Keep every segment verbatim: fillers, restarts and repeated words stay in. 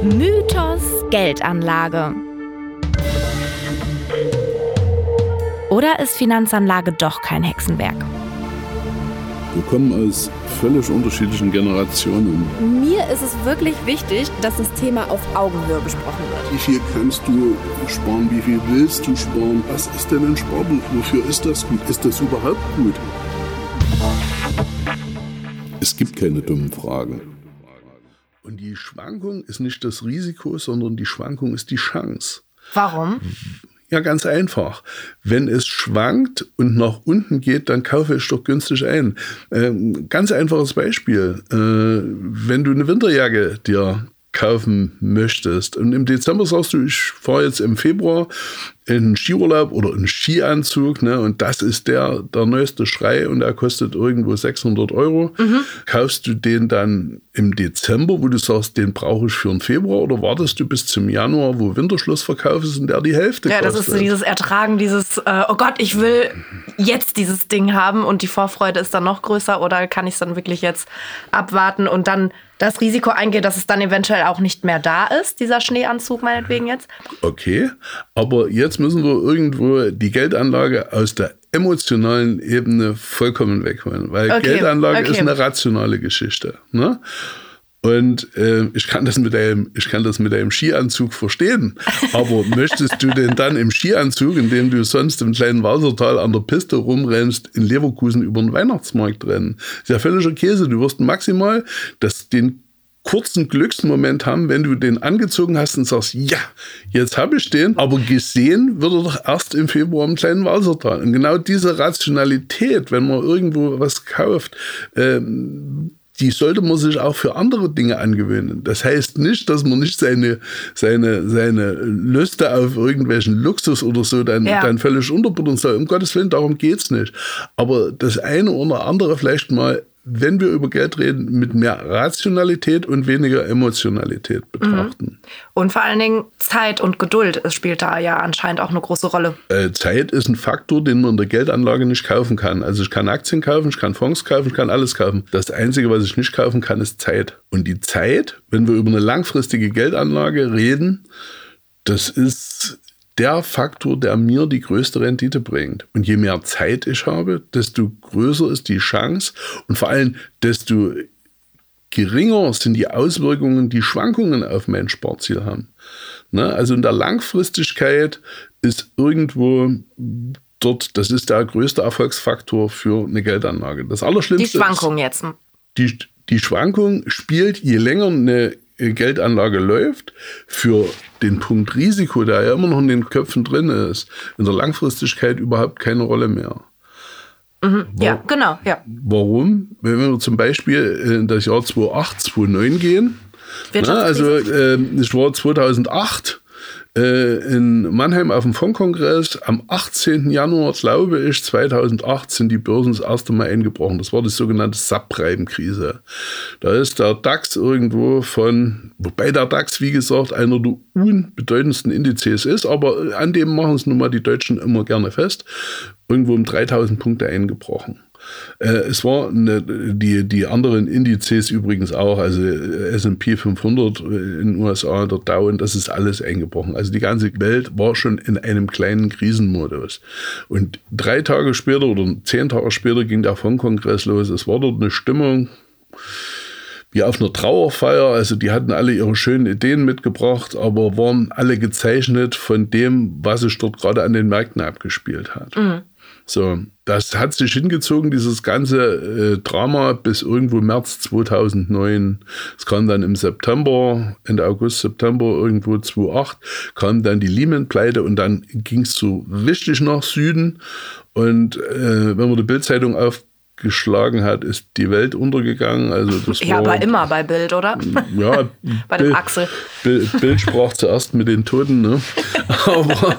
Mythos Geldanlage. Oder ist Finanzanlage doch kein Hexenwerk? Wir kommen aus völlig unterschiedlichen Generationen. Mir ist es wirklich wichtig, dass das Thema auf Augenhöhe besprochen wird. Wie viel kannst du sparen? Wie viel willst du sparen? Was ist denn ein Sparbuch? Wofür ist das gut? Ist das überhaupt gut? Es gibt keine dummen Fragen. Und die Schwankung ist nicht das Risiko, sondern die Schwankung ist die Chance. Warum? Ja, ganz einfach. Wenn es schwankt und nach unten geht, dann kaufe ich doch günstig ein. Ähm, ganz einfaches Beispiel. Äh, wenn du eine Winterjacke dir kaufen möchtest und im Dezember sagst du, ich fahre jetzt im Februar in einen Skiurlaub oder einen Skianzug, ne, und das ist der, der neueste Schrei und der kostet irgendwo sechshundert Euro. Mhm. Kaufst du den dann im Dezember, wo du sagst, den brauche ich für den Februar, oder wartest du bis zum Januar, wo Winterschlussverkauf ist und der die Hälfte ja, kostet? Ja, das ist so dieses Ertragen, dieses, äh, oh Gott, ich will jetzt dieses Ding haben und die Vorfreude ist dann noch größer, oder kann ich es dann wirklich jetzt abwarten und dann das Risiko eingehen, dass es dann eventuell auch nicht mehr da ist, dieser Schneeanzug meinetwegen jetzt? Okay, aber jetzt müssen wir irgendwo die Geldanlage aus der emotionalen Ebene vollkommen wegholen, weil okay. Geldanlage okay. ist eine rationale Geschichte, ne? Und äh, ich kann das mit einem, ich kann das mit einem Skianzug verstehen. Aber möchtest du denn dann im Skianzug, in dem du sonst im kleinen Walsertal an der Piste rumrennst, in Leverkusen über den Weihnachtsmarkt rennen? Das ist ja völliger Käse. Du wirst maximal das, den kurzen Glücksmoment haben, wenn du den angezogen hast und sagst, ja, jetzt habe ich den. Aber gesehen wird er doch erst im Februar im kleinen Walsertal. Und genau diese Rationalität, wenn man irgendwo was kauft, ähm, die sollte man sich auch für andere Dinge angewöhnen. Das heißt nicht, dass man nicht seine, seine, seine Lüste auf irgendwelchen Luxus oder so dann, ja. dann völlig unterbuttern soll. Um Gottes Willen, darum geht's nicht. Aber das eine oder andere vielleicht mal, wenn wir über Geld reden, mit mehr Rationalität und weniger Emotionalität betrachten. Und vor allen Dingen Zeit und Geduld spielt da ja anscheinend auch eine große Rolle. Äh, Zeit ist ein Faktor, den man in der Geldanlage nicht kaufen kann. Also ich kann Aktien kaufen, ich kann Fonds kaufen, ich kann alles kaufen. Das Einzige, was ich nicht kaufen kann, ist Zeit. Und die Zeit, wenn wir über eine langfristige Geldanlage reden, das ist der Faktor, der mir die größte Rendite bringt. Und je mehr Zeit ich habe, desto größer ist die Chance und vor allem desto geringer sind die Auswirkungen, die Schwankungen auf mein Sparziel haben. Ne? Also in der Langfristigkeit ist irgendwo dort, das ist der größte Erfolgsfaktor für eine Geldanlage. Das Allerschlimmste Die Schwankung ist, jetzt. Die, die Schwankung spielt, je länger eine Geldanlage läuft, für den Punkt Risiko, der ja immer noch in den Köpfen drin ist, in der Langfristigkeit überhaupt keine Rolle mehr. Mhm, ja, genau. Ja. Warum? Wenn wir zum Beispiel in das Jahr zweitausendacht, zweitausendneun gehen, na, also äh, ich war zweitausendacht in Mannheim auf dem Fondskongress. Am achtzehnten Januar, glaube ich, zweitausendacht sind die Börsen das erste Mal eingebrochen. Das war die sogenannte Subprime-Krise. Da ist der DAX irgendwo von, wobei der DAX, wie gesagt, einer der unbedeutendsten Indizes ist, aber an dem machen es nun mal die Deutschen immer gerne fest, irgendwo um dreitausend Punkte eingebrochen. Es war eine, die, die anderen Indizes übrigens auch, also S und P fünfhundert in den U S A, der Dow, das ist alles eingebrochen. Also die ganze Welt war schon in einem kleinen Krisenmodus. Und drei Tage später oder zehn Tage später ging der Fondskongress los. Es war dort eine Stimmung wie auf einer Trauerfeier. Also die hatten alle ihre schönen Ideen mitgebracht, aber waren alle gezeichnet von dem, was sich dort gerade an den Märkten abgespielt hat. Mhm. So, das hat sich hingezogen, dieses ganze äh, Drama, bis irgendwo März zweitausendneun. Es kam dann im September, Ende August, September, irgendwo zweitausendacht, kam dann die Lehman-Pleite und dann ging es so richtig nach Süden. Und äh, wenn man die Bild-Zeitung aufgeschlagen hat, ist die Welt untergegangen. Also das ja, war, aber immer bei Bild, oder? Ja, bei dem Axel. Bild, Bild sprach zuerst mit den Toten, ne? Aber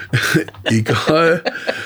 egal.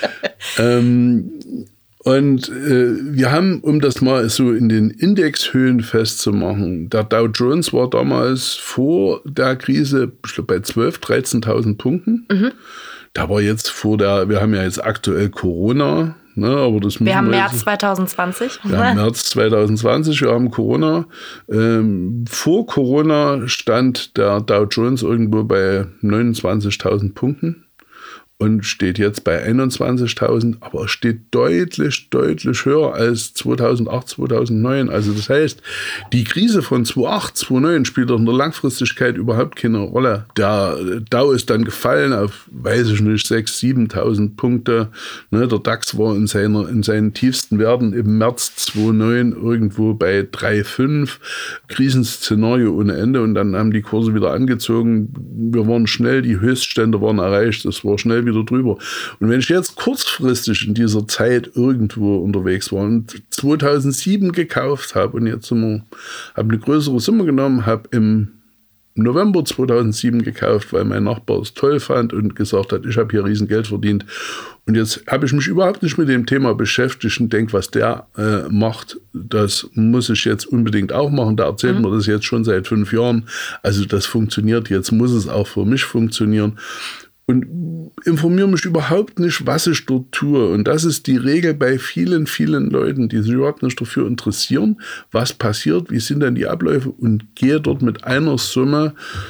Ähm, und äh, wir haben, um das mal so in den Indexhöhen festzumachen, der Dow Jones war damals vor der Krise, ich glaube, bei zwölftausend, dreizehntausend Punkten. Mhm. Da war jetzt vor der, wir haben ja jetzt aktuell Corona, Ne, aber das wir haben wir März zwanzig zwanzig. Wir haben März zwanzig zwanzig, wir haben Corona. Ähm, vor Corona stand der Dow Jones irgendwo bei neunundzwanzigtausend Punkten. Und steht jetzt bei einundzwanzigtausend, aber er steht deutlich, deutlich höher als zweitausendacht, zweitausendneun. Also das heißt, die Krise von zweitausendacht, zweitausendneun spielt doch in der Langfristigkeit überhaupt keine Rolle. Der Dow ist dann gefallen auf, weiß ich nicht, sechstausend, siebentausend Punkte. Ne, der DAX war in, seiner, in seinen tiefsten Werten im März zweitausendneun irgendwo bei drei Komma fünf. Krisenszenario ohne Ende und dann haben die Kurse wieder angezogen. Wir waren schnell, die Höchststände waren erreicht, das war schnell wieder drüber. Und wenn ich jetzt kurzfristig in dieser Zeit irgendwo unterwegs war und zweitausendsieben gekauft habe und jetzt habe eine größere Summe genommen, habe im November zweitausendsieben gekauft, weil mein Nachbar es toll fand und gesagt hat, ich habe hier riesen Geld verdient. Und jetzt habe ich mich überhaupt nicht mit dem Thema beschäftigt und denke, was der äh, macht, das muss ich jetzt unbedingt auch machen. Da erzählt mhm. mir das jetzt schon seit fünf Jahren. Also das funktioniert, jetzt muss es auch für mich funktionieren. Und informiere mich überhaupt nicht, was ich dort tue. Und das ist die Regel bei vielen, vielen Leuten, die sich überhaupt nicht dafür interessieren, was passiert, wie sind denn die Abläufe und gehe dort mit einer Summe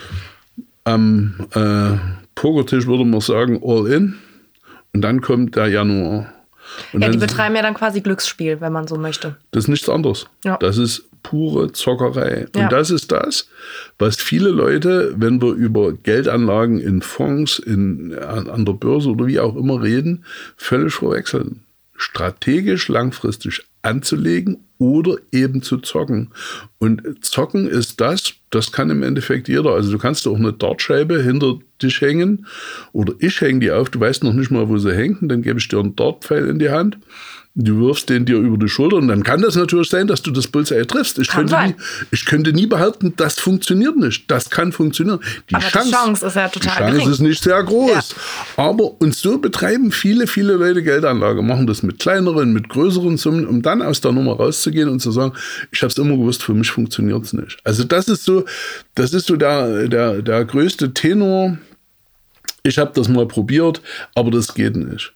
am äh, Pokertisch, würde man sagen, all in. Und dann kommt der Januar. Und ja, dann, die betreiben ja dann quasi Glücksspiel, wenn man so möchte. Das ist nichts anderes. Ja. Das ist pure Zockerei. Und ja. das ist das, was viele Leute, wenn wir über Geldanlagen in Fonds, in, an, an der Börse oder wie auch immer reden, völlig verwechseln. Strategisch langfristig anzulegen oder eben zu zocken. Und zocken ist das, das kann im Endeffekt jeder. Also du kannst auch eine Dartscheibe hinter dich hängen oder ich hänge die auf, du weißt noch nicht mal, wo sie hängt, und dann gebe ich dir einen Dartpfeil in die Hand. Du wirfst den dir über die Schulter und dann kann das natürlich sein, dass du das Bullseye triffst. Ich, könnte nie, ich könnte nie behaupten, das funktioniert nicht. Das kann funktionieren. Die, Aber Chance, die Chance ist ja total Die Chance gering. ist nicht sehr groß. Ja. Aber und so betreiben viele, viele Leute Geldanlage, machen das mit kleineren, mit größeren Summen, um dann aus der Nummer rauszugehen und zu sagen, ich habe es immer gewusst, für mich funktioniert es nicht. Also das ist so, das ist so der, der, der größte Tenor. Ich habe das mal probiert, aber das geht nicht.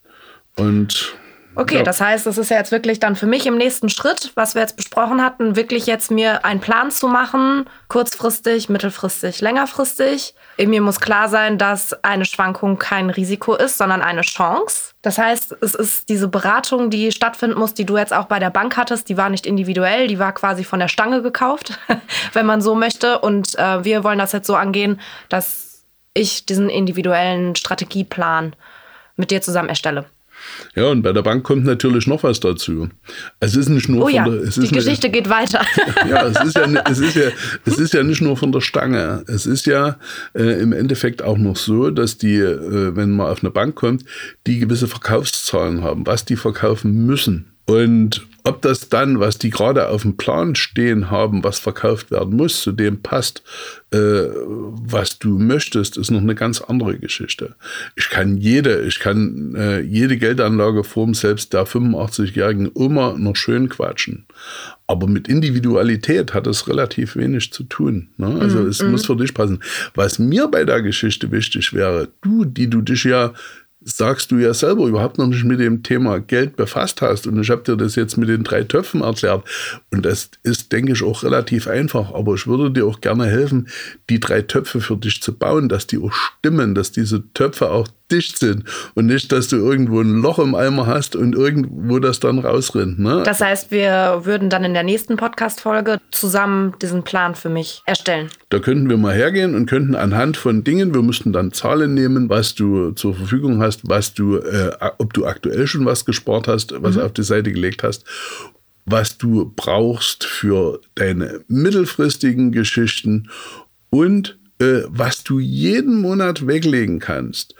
Und Okay, ja. Das heißt, das ist ja jetzt wirklich dann für mich im nächsten Schritt, was wir jetzt besprochen hatten, wirklich jetzt mir einen Plan zu machen, kurzfristig, mittelfristig, längerfristig. Mir muss klar sein, dass eine Schwankung kein Risiko ist, sondern eine Chance. Das heißt, es ist diese Beratung, die stattfinden muss, die du jetzt auch bei der Bank hattest, die war nicht individuell, die war quasi von der Stange gekauft, wenn man so möchte. Und äh, wir wollen das jetzt so angehen, dass ich diesen individuellen Strategieplan mit dir zusammen erstelle. Ja, und bei der Bank kommt natürlich noch was dazu. Es ist nicht nur oh ja, von der, es die ist Geschichte eine, geht weiter. Ja, es ist ja, es ist ja, es ist ja nicht nur von der Stange. Es ist ja äh, im Endeffekt auch noch so, dass die, äh, wenn man auf eine Bank kommt, die gewisse Verkaufszahlen haben, was die verkaufen müssen. Und ob das dann, was die gerade auf dem Plan stehen haben, was verkauft werden muss, zu dem passt, äh, was du möchtest, ist noch eine ganz andere Geschichte. Ich kann jede, ich kann äh, jede Geldanlageform selbst der fünfundachtzig-jährigen Oma noch schön quatschen. Aber mit Individualität hat es relativ wenig zu tun. Ne? Also mm, es mm. muss für dich passen. Was mir bei der Geschichte wichtig wäre, du, die du dich ja sagst du ja selber überhaupt noch nicht mit dem Thema Geld befasst hast. Und ich habe dir das jetzt mit den drei Töpfen erklärt. Und das ist, denke ich, auch relativ einfach. Aber ich würde dir auch gerne helfen, die drei Töpfe für dich zu bauen, dass die auch stimmen, dass diese Töpfe auch dicht sind und nicht, dass du irgendwo ein Loch im Eimer hast und irgendwo das dann rausrinnt. Ne? Das heißt, wir würden dann in der nächsten Podcast-Folge zusammen diesen Plan für mich erstellen. Da könnten wir mal hergehen und könnten anhand von Dingen, wir müssten dann Zahlen nehmen, was du zur Verfügung hast, was du, äh, ob du aktuell schon was gespart hast, was mhm. auf die Seite gelegt hast, was du brauchst für deine mittelfristigen Geschichten und äh, was du jeden Monat weglegen kannst,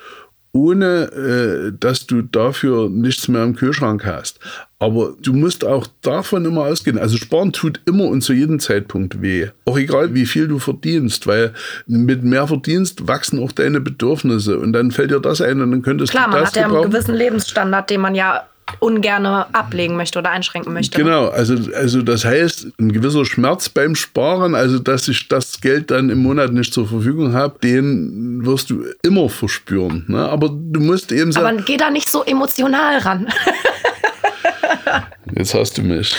ohne äh, dass du dafür nichts mehr im Kühlschrank hast. Aber du musst auch davon immer ausgehen. Also sparen tut immer und zu jedem Zeitpunkt weh. Auch egal, wie viel du verdienst, weil mit mehr Verdienst wachsen auch deine Bedürfnisse. Und dann fällt dir das ein und dann könntest Klar, du das Klar, man hat ja gebrauchen. einen gewissen Lebensstandard, den man ja ungerne ablegen möchte oder einschränken möchte. Genau, also, also das heißt, ein gewisser Schmerz beim Sparen, also dass ich das Geld dann im Monat nicht zur Verfügung habe, den wirst du immer verspüren. Ne? Aber du musst eben sagen... Aber geh da nicht so emotional ran. Jetzt hast du mich.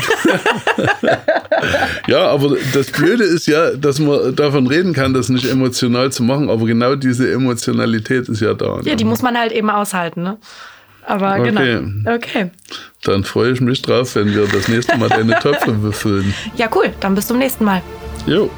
Ja, aber das Blöde ist ja, dass man davon reden kann, das nicht emotional zu machen, aber genau diese Emotionalität ist ja da. Ja, ne? die muss man halt eben aushalten, ne? Aber Okay. genau. Okay. Dann freue ich mich drauf, wenn wir das nächste Mal deine Töpfe befüllen. Ja, cool. Dann bis zum nächsten Mal. Jo.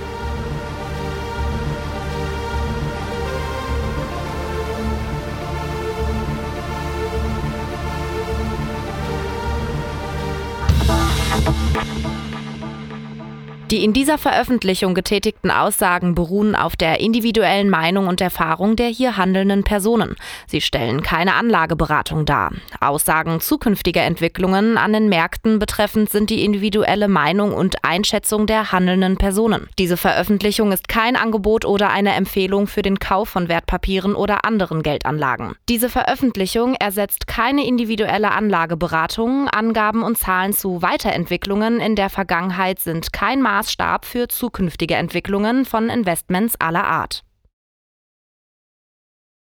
Die in dieser Veröffentlichung getätigten Aussagen beruhen auf der individuellen Meinung und Erfahrung der hier handelnden Personen. Sie stellen keine Anlageberatung dar. Aussagen zukünftiger Entwicklungen an den Märkten betreffend sind die individuelle Meinung und Einschätzung der handelnden Personen. Diese Veröffentlichung ist kein Angebot oder eine Empfehlung für den Kauf von Wertpapieren oder anderen Geldanlagen. Diese Veröffentlichung ersetzt keine individuelle Anlageberatung. Angaben und Zahlen zu Weiterentwicklungen in der Vergangenheit sind kein Maßstab für zukünftige Entwicklungen von Investments aller Art.